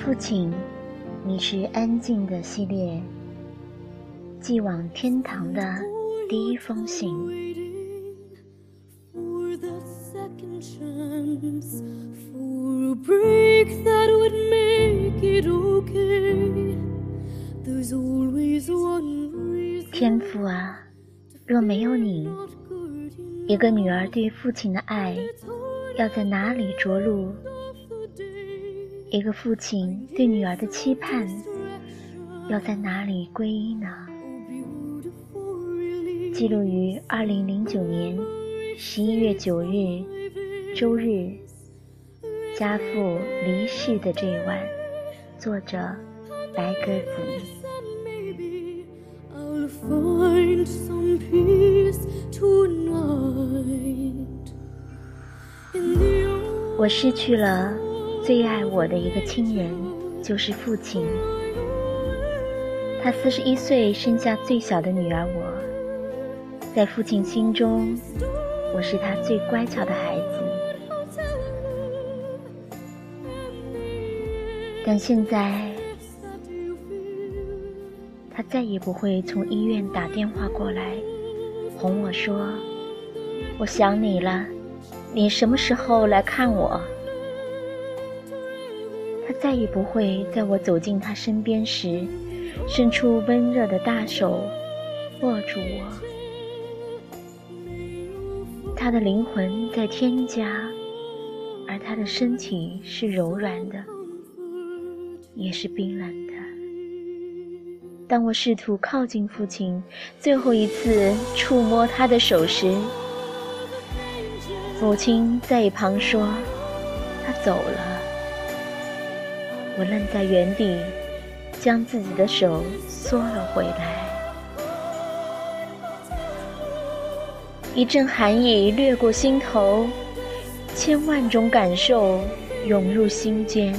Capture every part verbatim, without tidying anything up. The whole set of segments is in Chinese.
父亲，你是安静的系列寄往天堂的第一封信。天父啊，若没有你，一个女儿对父亲的爱要在哪里着陆？一个父亲对女儿的期盼要在哪里归依呢？记录于二零零九年十一月九日周日，家父离世的这一晚，作者白鸽子。我失去了最爱我的一个亲人，就是父亲。他四十一岁生下最小的女儿我，在父亲心中，我是他最乖巧的孩子。但现在，他再也不会从医院打电话过来，哄我说：“我想你了，你什么时候来看我？”他再也不会在我走进他身边时，伸出温热的大手握住我。他的灵魂在天家，而他的身体是柔软的，也是冰冷的。当我试图靠近父亲，最后一次触摸他的手时，母亲在一旁说：“他走了。”我愣在原地，将自己的手缩了回来。一阵寒意掠过心头，千万种感受涌入心间，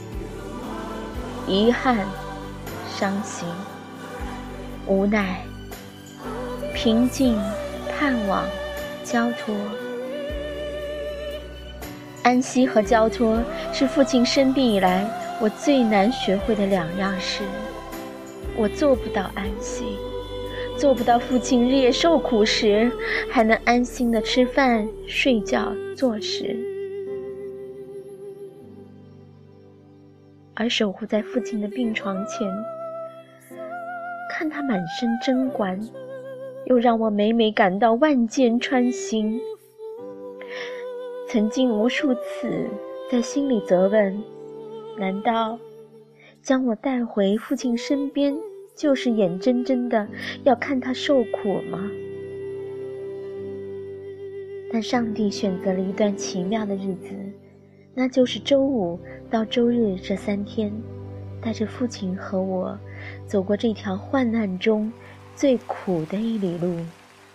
遗憾、伤心、无奈、平静、盼望、交托。安息和交托是父亲生病以来我最难学会的两样事。我做不到安息，做不到父亲日夜受苦时还能安心地吃饭、睡觉、做事。而守护在父亲的病床前，看他满身针管，又让我每每感到万箭穿心。曾经无数次在心里责问，难道将我带回父亲身边，就是眼睁睁的要看他受苦吗？但上帝选择了一段奇妙的日子，那就是周五到周日这三天，带着父亲和我走过这条患难中最苦的一里路。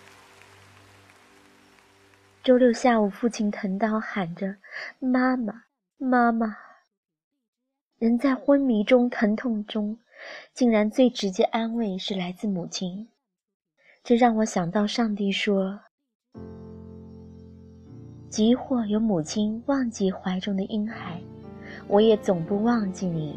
周六下午，父亲疼到喊着妈妈妈妈，人在昏迷中、疼痛中，竟然最直接安慰是来自母亲。这让我想到上帝说，即或有母亲忘记怀中的婴孩，我也总不忘记你。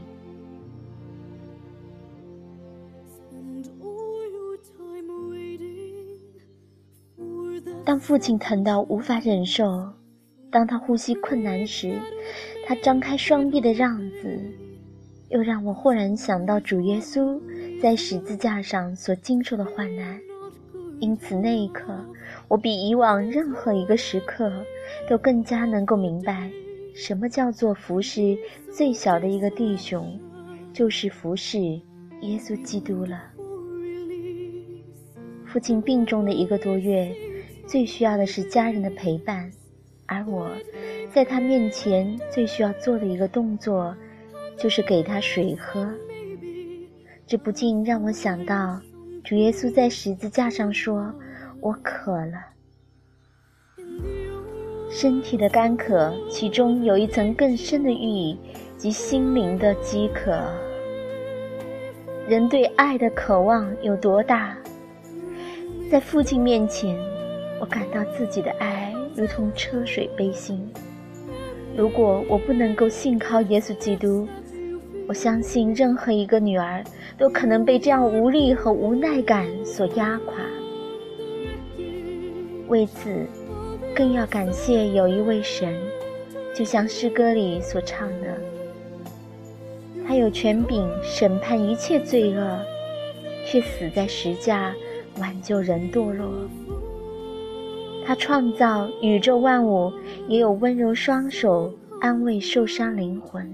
当父亲疼到无法忍受，当他呼吸困难时，他张开双臂的样子，又让我豁然想到主耶稣在十字架上所经受的患难。因此那一刻，我比以往任何一个时刻都更加能够明白，什么叫做服侍最小的一个弟兄，就是服侍耶稣基督了。父亲病重的一个多月，最需要的是家人的陪伴，而我在他面前最需要做的一个动作，就是给他水喝。这不禁让我想到主耶稣在十字架上说，我渴了。身体的干渴，其中有一层更深的寓意，即心灵的饥渴。人对爱的渴望有多大？在父亲面前，我感到自己的爱如同车水杯薪。如果我不能够信靠耶稣基督， 我相信任何一个女儿都可能被这样无力和无奈感所压垮。为此，更要感谢有一位神，就像诗歌里所唱的，他有权柄审判一切罪恶，却死在石架挽救人堕落。他创造宇宙万物，也有温柔双手安慰受伤灵魂。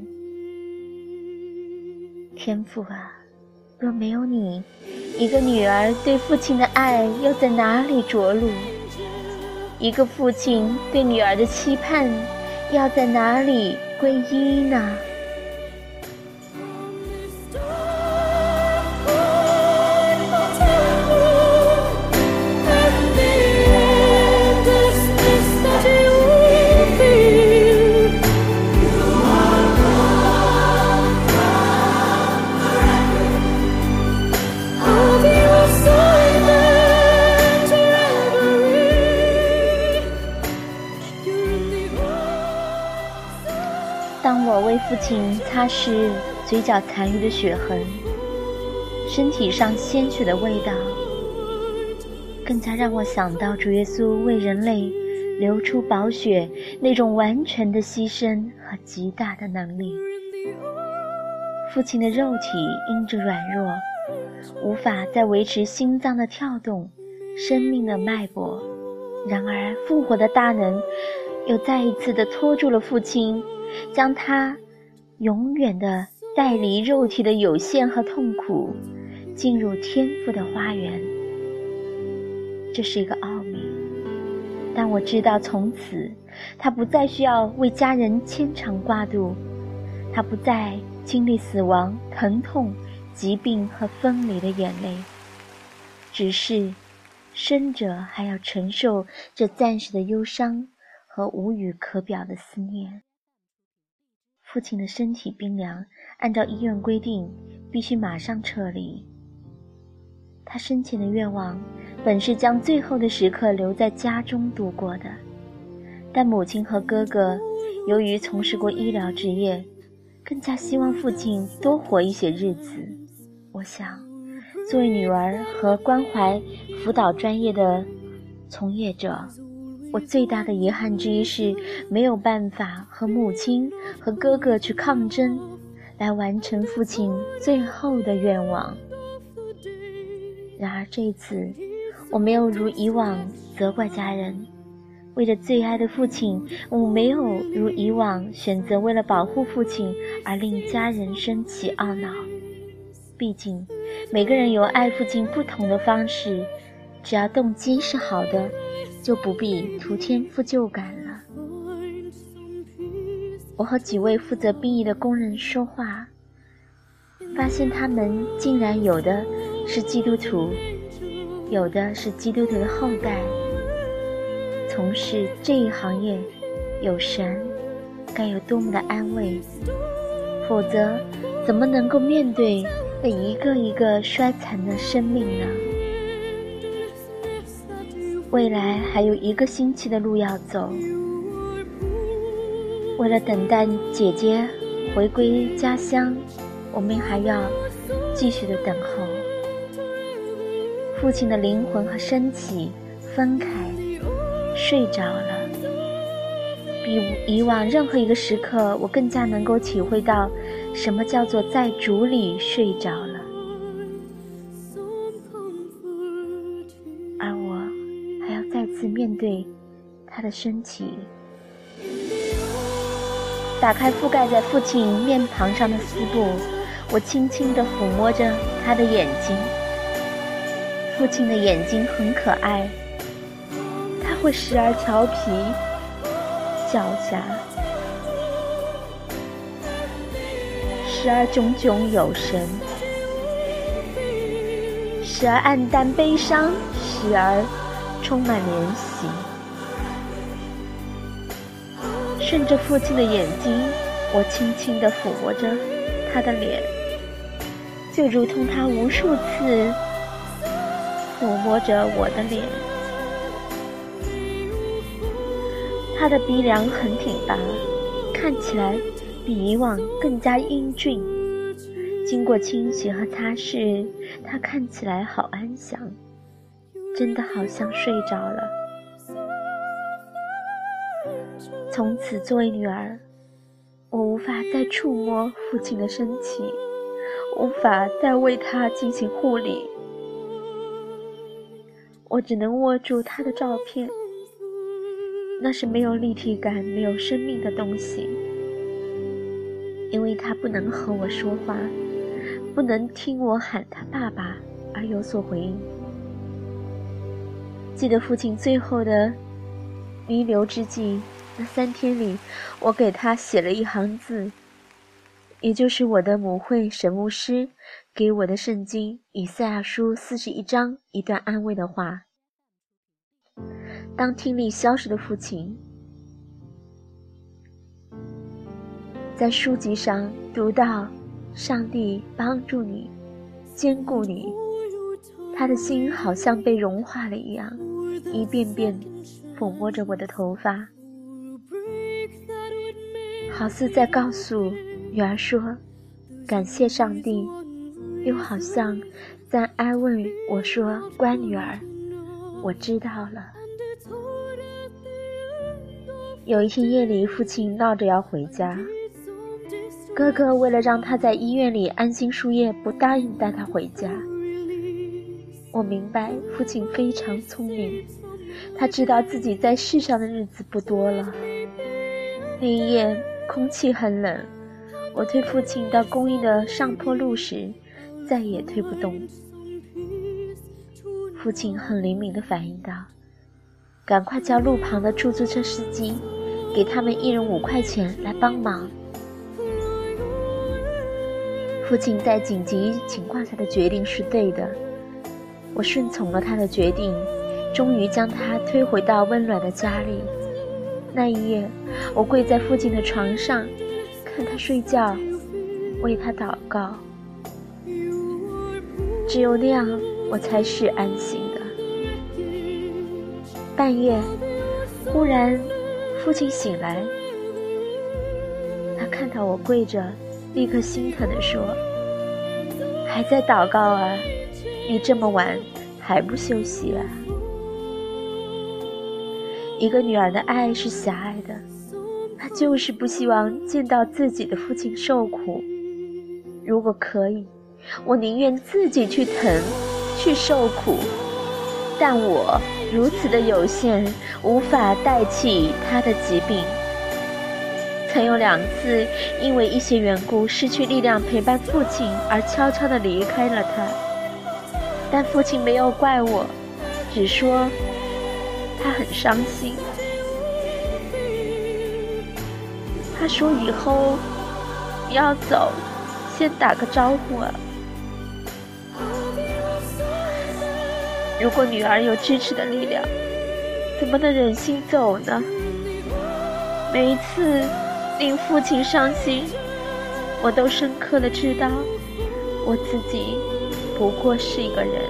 天父啊，若没有你，一个女儿对父亲的爱又在哪里着陆？一个父亲对女儿的期盼要在哪里归依呢？当我为父亲擦拭嘴角残余的血痕，身体上鲜血的味道，更加让我想到主耶稣为人类流出宝血那种完全的牺牲和极大的能力。父亲的肉体因着软弱，无法再维持心脏的跳动，生命的脉搏，然而复活的大能又再一次地拖住了父亲，将他永远地带离肉体的有限和痛苦，进入天父的花园。这是一个奥秘，但我知道从此他不再需要为家人牵肠挂肚，他不再经历死亡、疼痛、疾病和分离的眼泪，只是生者还要承受这暂时的忧伤和无语可表的思念。父亲的身体冰凉，按照医院规定必须马上撤离。他生前的愿望本是将最后的时刻留在家中度过的，但母亲和哥哥由于从事过医疗职业，更加希望父亲多活一些日子。我想作为女儿和关怀辅导专业的从业者，我最大的遗憾之一是没有办法和母亲和哥哥去抗争，来完成父亲最后的愿望。然而这一次，我没有如以往责怪家人，为了最爱的父亲，我没有如以往选择为了保护父亲而令家人生起懊恼。毕竟每个人有爱父亲不同的方式，只要动机是好的，就不必徒添负疚感了。我和几位负责殡仪的工人说话，发现他们竟然有的是基督徒，有的是基督徒的后代。从事这一行业，有神该有多么的安慰，否则怎么能够面对那一个一个衰残的生命呢？未来还有一个星期的路要走，为了等待姐姐回归家乡，我们还要继续的等候。父亲的灵魂和身体分开，睡着了。比以往任何一个时刻，我更加能够体会到什么叫做在主里睡着了。而我还要再次面对他的身体，打开覆盖在父亲面庞上的丝布，我轻轻地抚摸着他的眼睛。父亲的眼睛很可爱，他会时而调皮狡黠，时而炯炯有神，时而黯淡悲伤，时而充满怜惜。顺着父亲的眼睛，我轻轻地抚摸着他的脸，就如同他无数次抚摸着我的脸。他的鼻梁很挺拔，看起来比以往更加英俊。 经过清洗和擦拭，他看起来好安详，真的好像睡着了。从此作为女儿，我无法再触摸父亲的身体，无法再为他进行护理，我只能握住他的照片，那是没有立体感、没有生命的东西，因为他不能和我说话，不能听我喊他爸爸而有所回应。记得父亲最后的弥留之际，那三天里，我给他写了一行字，也就是我的母会神牧师给我的圣经以赛亚书四十一章一段安慰的话。当听力消失的父亲在书籍上读到上帝帮助你，坚固你，他的心好像被融化了一样，一遍遍抚摸着我的头发，好似在告诉女儿说感谢上帝，又好像在安慰我说乖女儿，我知道了。有一天夜里，父亲闹着要回家，哥哥为了让他在医院里安心输液，不答应带他回家。我明白父亲非常聪明，他知道自己在世上的日子不多了。那一夜空气很冷，我推父亲到公寓的上坡路时再也推不动。父亲很灵敏地反应到，赶快叫路旁的出租车司机给他们一人五块钱来帮忙。父亲在紧急情况下的决定是对的，我顺从了他的决定，终于将他推回到温暖的家里。那一夜，我跪在父亲的床上，看他睡觉，为他祷告。只有那样，我才是安心的。半夜，忽然父亲醒来，他看到我跪着，立刻心疼地说：还在祷告啊，你这么晚还不休息啊？一个女儿的爱是狭隘的，她就是不希望见到自己的父亲受苦。如果可以，我宁愿自己去疼，去受苦，但我如此的有限，无法代替他的疾病。曾有两次因为一些缘故失去力量陪伴父亲而悄悄地离开了他，但父亲没有怪我，只说他很伤心。他说以后你要走先打个招呼啊。如果女儿有支持的力量，怎么能忍心走呢？每一次令父亲伤心，我都深刻地知道我自己不过是一个人。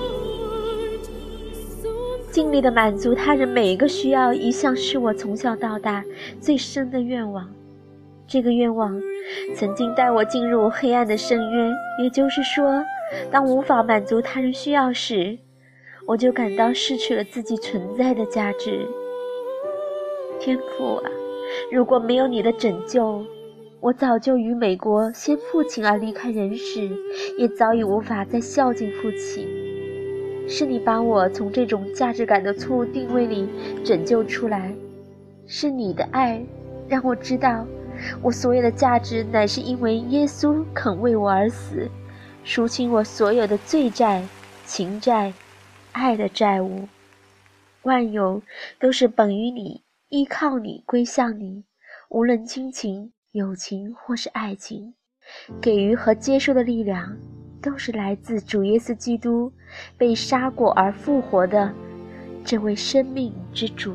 尽力地满足他人每一个需要，一向是我从小到大最深的愿望。这个愿望曾经带我进入黑暗的深渊，也就是说，当无法满足他人需要时，我就感到失去了自己存在的价值。天父啊，如果没有你的拯救，我早就于美国先父亲而离开人世，也早已无法再孝敬父亲。是你把我从这种价值感的错误定位里拯救出来，是你的爱让我知道，我所有的价值乃是因为耶稣肯为我而死，赎清我所有的罪债、情债、爱的债务。万有都是本于你，依靠你，归向你，无论亲情、友情或是爱情，给予和接受的力量都是来自主耶稣基督被杀过而复活的这位生命之主。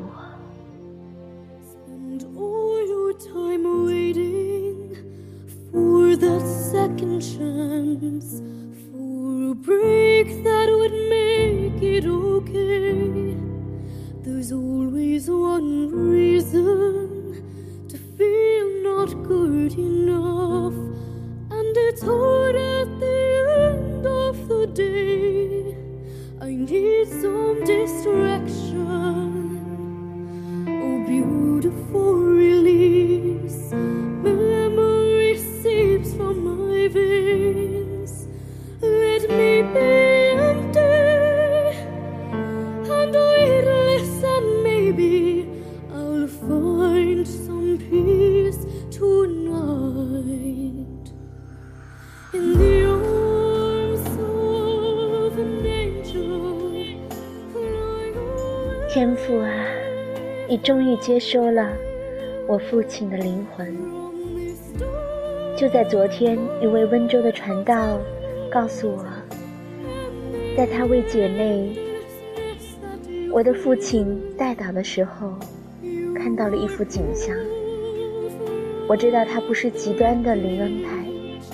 Time waiting for that second chance, for a break that would make it okay. There's always one reason to feel not good enough, and it's hard at the beautiful release. Memory seeps from my veins. Let me be empty and weightless, and maybe I'll find some peace tonight in the arms of an angel. 天父啊，你终于接收了我父亲的灵魂。就在昨天，一位温州的传道告诉我，在他为姐妹我的父亲代祷的时候，看到了一幅景象。我知道他不是极端的灵恩派。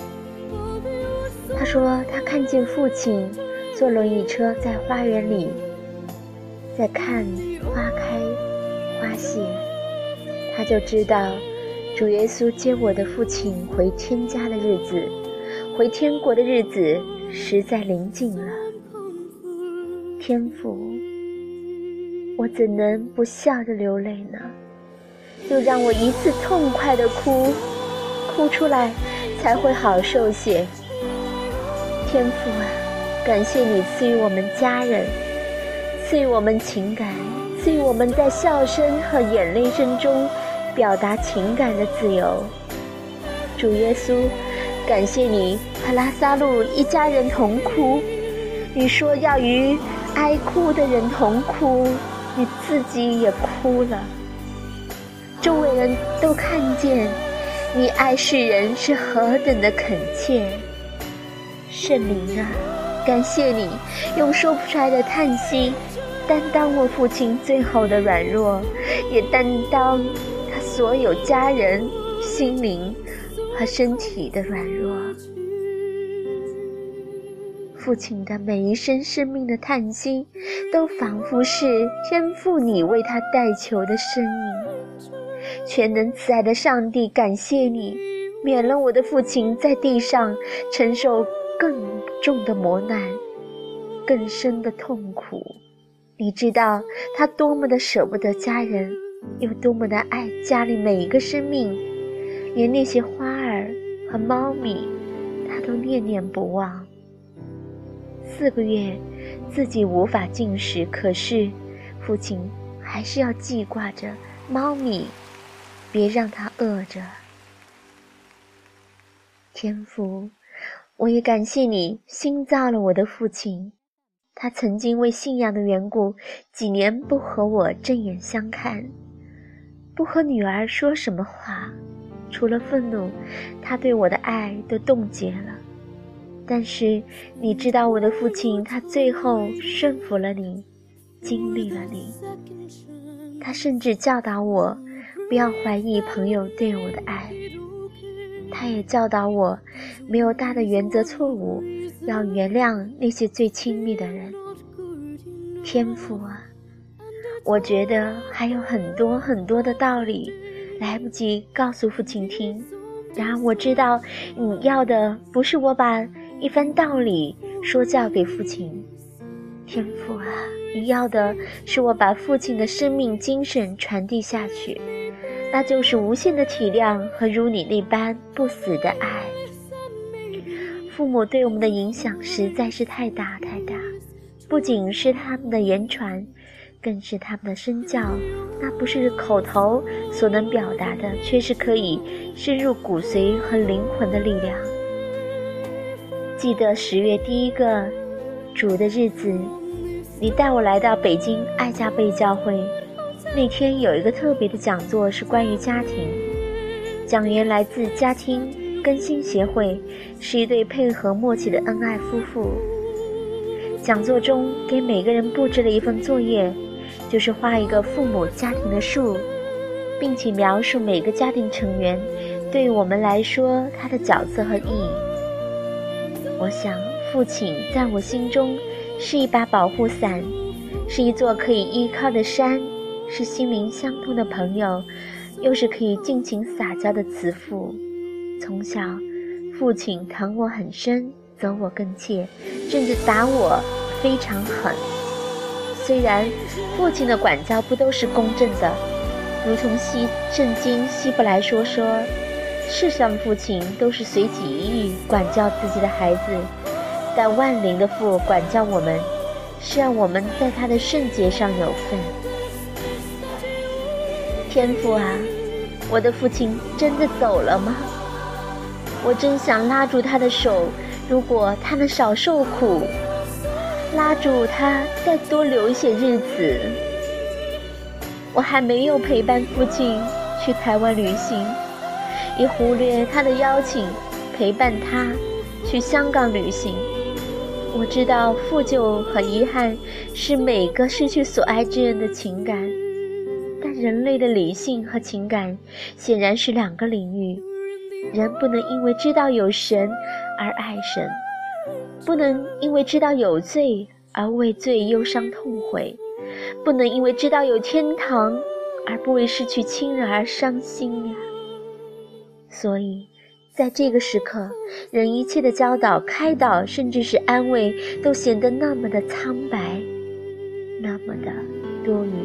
他说他看见父亲坐轮椅车在花园里，在看花开花谢，他就知道主耶稣接我的父亲回天家的日子，回天国的日子实在临近了。天父，我怎能不笑着流泪呢？就让我一次痛快的哭，哭出来才会好受些。天父啊，感谢你赐予我们家人，赐予我们情感，赐予我们在笑声和眼泪声中表达情感的自由。主耶稣，感谢你和拉撒路一家人同哭，你说要与哀哭的人同哭，你自己也哭了。周围人都看见你爱世人是何等的恳切。圣灵啊，感谢你用说不出来的叹息担当我父亲最后的软弱，也担当他所有家人心灵和身体的软弱。父亲的每一声生命的叹息，都仿佛是天父你为他代求的声音。全能慈爱的上帝，感谢你免了我的父亲在地上承受更重的磨难，更深的痛苦。你知道他多么的舍不得家人，又多么的爱家里每一个生命，连那些花儿和猫咪他都念念不忘。四个月自己无法进食，可是父亲还是要记挂着猫咪，别让他饿着。天父，我也感谢你新造了我的父亲，他曾经为信仰的缘故几年不和我正眼相看，不和女儿说什么话，除了愤怒，他对我的爱都冻结了。但是你知道我的父亲，他最后顺服了你，经历了你。他甚至教导我不要怀疑朋友对我的爱，他也教导我没有大的原则错误，要原谅那些最亲密的人。天父啊，我觉得还有很多很多的道理来不及告诉父亲听，然而我知道你要的不是我把一番道理说教给父亲。天父啊，你要的是我把父亲的生命精神传递下去，那就是无限的体谅和如你那般不死的爱。父母对我们的影响实在是太大太大，不仅是他们的言传，更是他们的身教，那不是口头所能表达的，却是可以深入骨髓和灵魂的力量。记得十月第一个主的日子，你带我来到北京爱家贝教会，那天有一个特别的讲座，是关于家庭，讲员来自家庭更新协会，是一对配合默契的恩爱夫妇。讲座中给每个人布置了一份作业，就是画一个父母家庭的树，并且描述每个家庭成员对于我们来说他的角色和意义。我想父亲在我心中是一把保护伞，是一座可以依靠的山，是心灵相通的朋友，又是可以尽情撒娇的慈父。从小父亲疼我很深，责我更切，甚至打我非常狠。虽然父亲的管教不都是公正的， 如同西圣经希伯来说说，世上父亲都是随己意管教自己的孩子，但万灵的父管教我们，是让我们在他的圣洁上有份。天父啊，我的父亲真的走了吗？我真想拉住他的手，如果他能少受苦，拉住他再多留一些日子。我还没有陪伴父亲去台湾旅行，也忽略他的邀请陪伴他去香港旅行。我知道负疚和遗憾是每个失去所爱之人的情感，但人类的理性和情感显然是两个领域。人不能因为知道有神而爱神，不能因为知道有罪而为罪忧伤痛悔，不能因为知道有天堂而不为失去亲人而伤心呀。所以在这个时刻，人一切的教导、开导，甚至是安慰，都显得那么的苍白，那么的多余。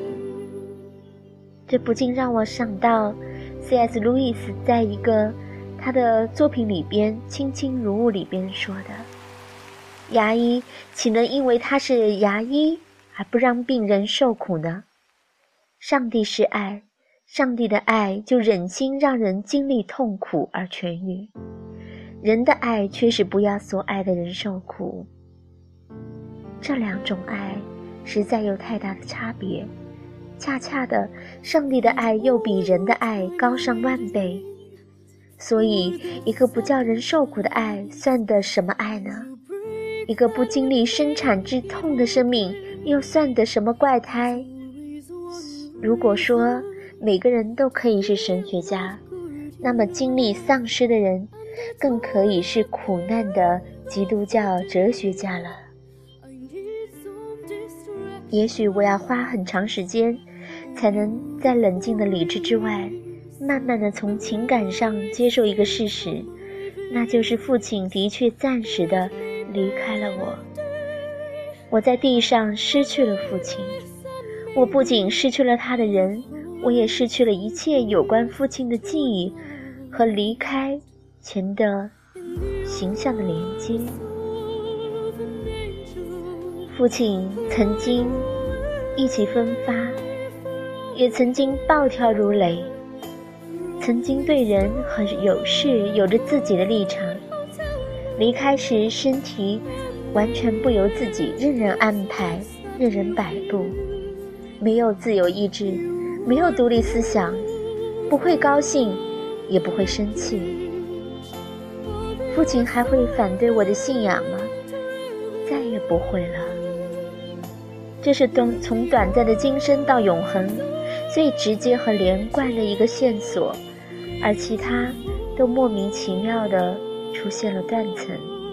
这不禁让我想到 C S 路易斯在一个他的作品里边《卿卿如晤》里边说的，牙医岂能因为他是牙医而不让病人受苦呢？上帝是爱，上帝的爱就忍心让人经历痛苦而痊愈，人的爱却是不要所爱的人受苦。这两种爱实在有太大的差别，恰恰的，上帝的爱又比人的爱高上万倍。所以一个不叫人受苦的爱算得什么爱呢？一个不经历生产之痛的生命又算得什么怪胎？如果说每个人都可以是神学家，那么经历丧失的人更可以是苦难的基督教哲学家了。也许我要花很长时间才能在冷静的理智之外，慢慢的从情感上接受一个事实，那就是父亲的确暂时的离开了我。我在地上失去了父亲，我不仅失去了他的人，我也失去了一切有关父亲的记忆和离开前的形象的连接。父亲曾经意气风发，也曾经暴跳如雷，曾经对人和有事有着自己的立场，离开时身体完全不由自己，任人安排，任人摆布，没有自由意志，没有独立思想，不会高兴也不会生气。父亲还会反对我的信仰吗？再也不会了。这是从短暂的今生到永恒最直接和连贯的一个线索，而其他都莫名其妙地出现了断层。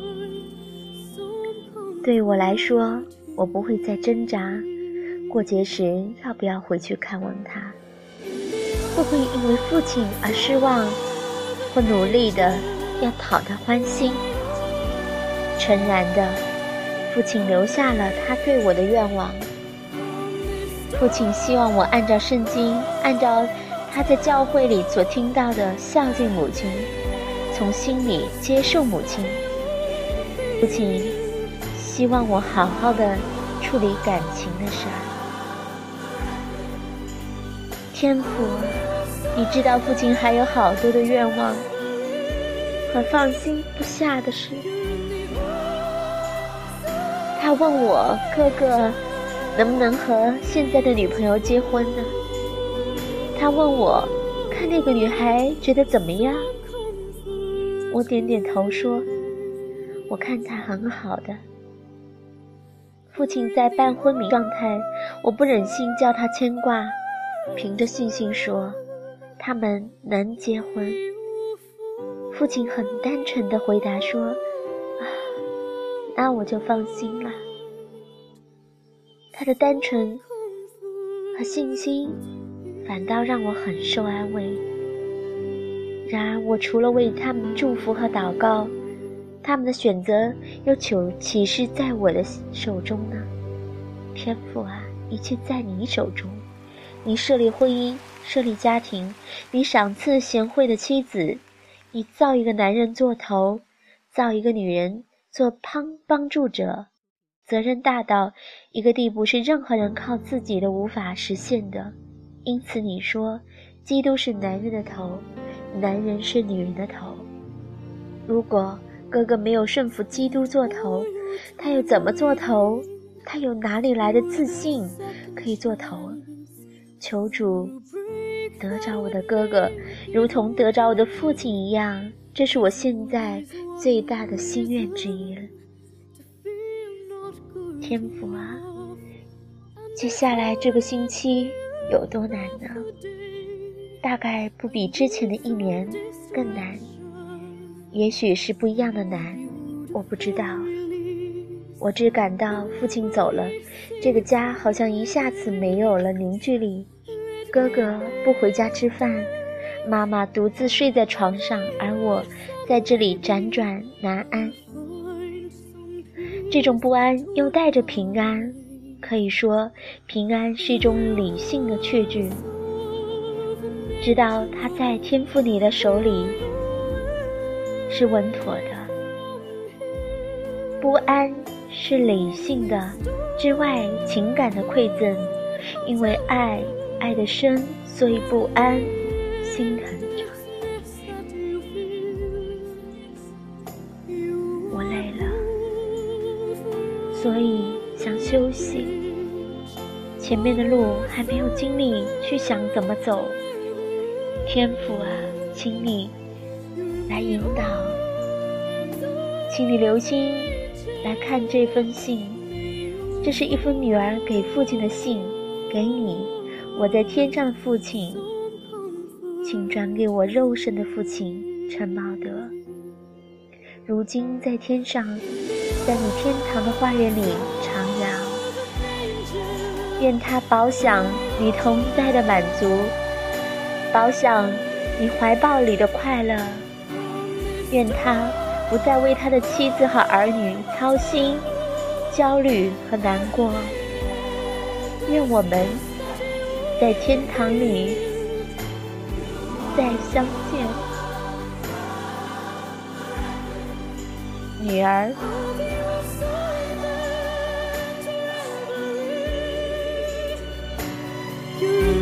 对于我来说，我不会再挣扎过节时要不要回去看望他，不会因为父亲而失望或努力的要讨他欢心。诚然的，父亲留下了他对我的愿望。父亲希望我按照圣经，按照他在教会里所听到的孝敬母亲，从心里接受母亲。父亲希望我好好的处理感情的事儿。天父，你知道父亲还有好多的愿望和放心不下的事。他问我哥哥能不能和现在的女朋友结婚呢？他问我看那个女孩觉得怎么样？我点点头说，我看她很好的。父亲在办婚礼状态，我不忍心叫他牵挂，凭着信心说他们能结婚。父亲很单纯地回答说，啊，那我就放心了。他的单纯和信心反倒让我很受安慰。然而我除了为他们祝福和祷告，他们的选择又求岂是在我的手中呢？天父啊，一切在你手中， 你设立婚姻，设立家庭，你赏赐贤惠的妻子，你造一个男人做头，造一个女人做帮帮助者，责任大到一个地步是任何人靠自己都无法实现的。因此你说，基督是男人的头，男人是女人的头。如果哥哥没有顺服基督做头，他又怎么做头？他有哪里来的自信可以做头？求主得着我的哥哥，如同得着我的父亲一样，这是我现在最大的心愿之一了。天父啊，接下来这个星期有多难呢？大概不比之前的一年更难，也许是不一样的难，我不知道。我只感到父亲走了，这个家好像一下子没有了凝聚力。哥哥不回家吃饭，妈妈独自睡在床上，而我在这里辗转难安。这种不安又带着平安，可以说平安是一种理性的确据，知道他在天父你的手里是稳妥的。不安是理性的之外情感的馈赠，因为爱爱得深，所以不安心疼着。我累了，所以想休息，前面的路还没有精力去想怎么走。天父啊，请你来引导，请你留心来看这封信，这是一封女儿给父亲的信，给你，我在天上的父亲，请转给我肉身的父亲陈茂德。如今在天上，在你天堂的花园里徜徉，愿他饱享你同在的满足，饱享你怀抱里的快乐，愿他不再为他的妻子和儿女操心、焦虑和难过。愿我们在天堂里再相见。女儿。 You're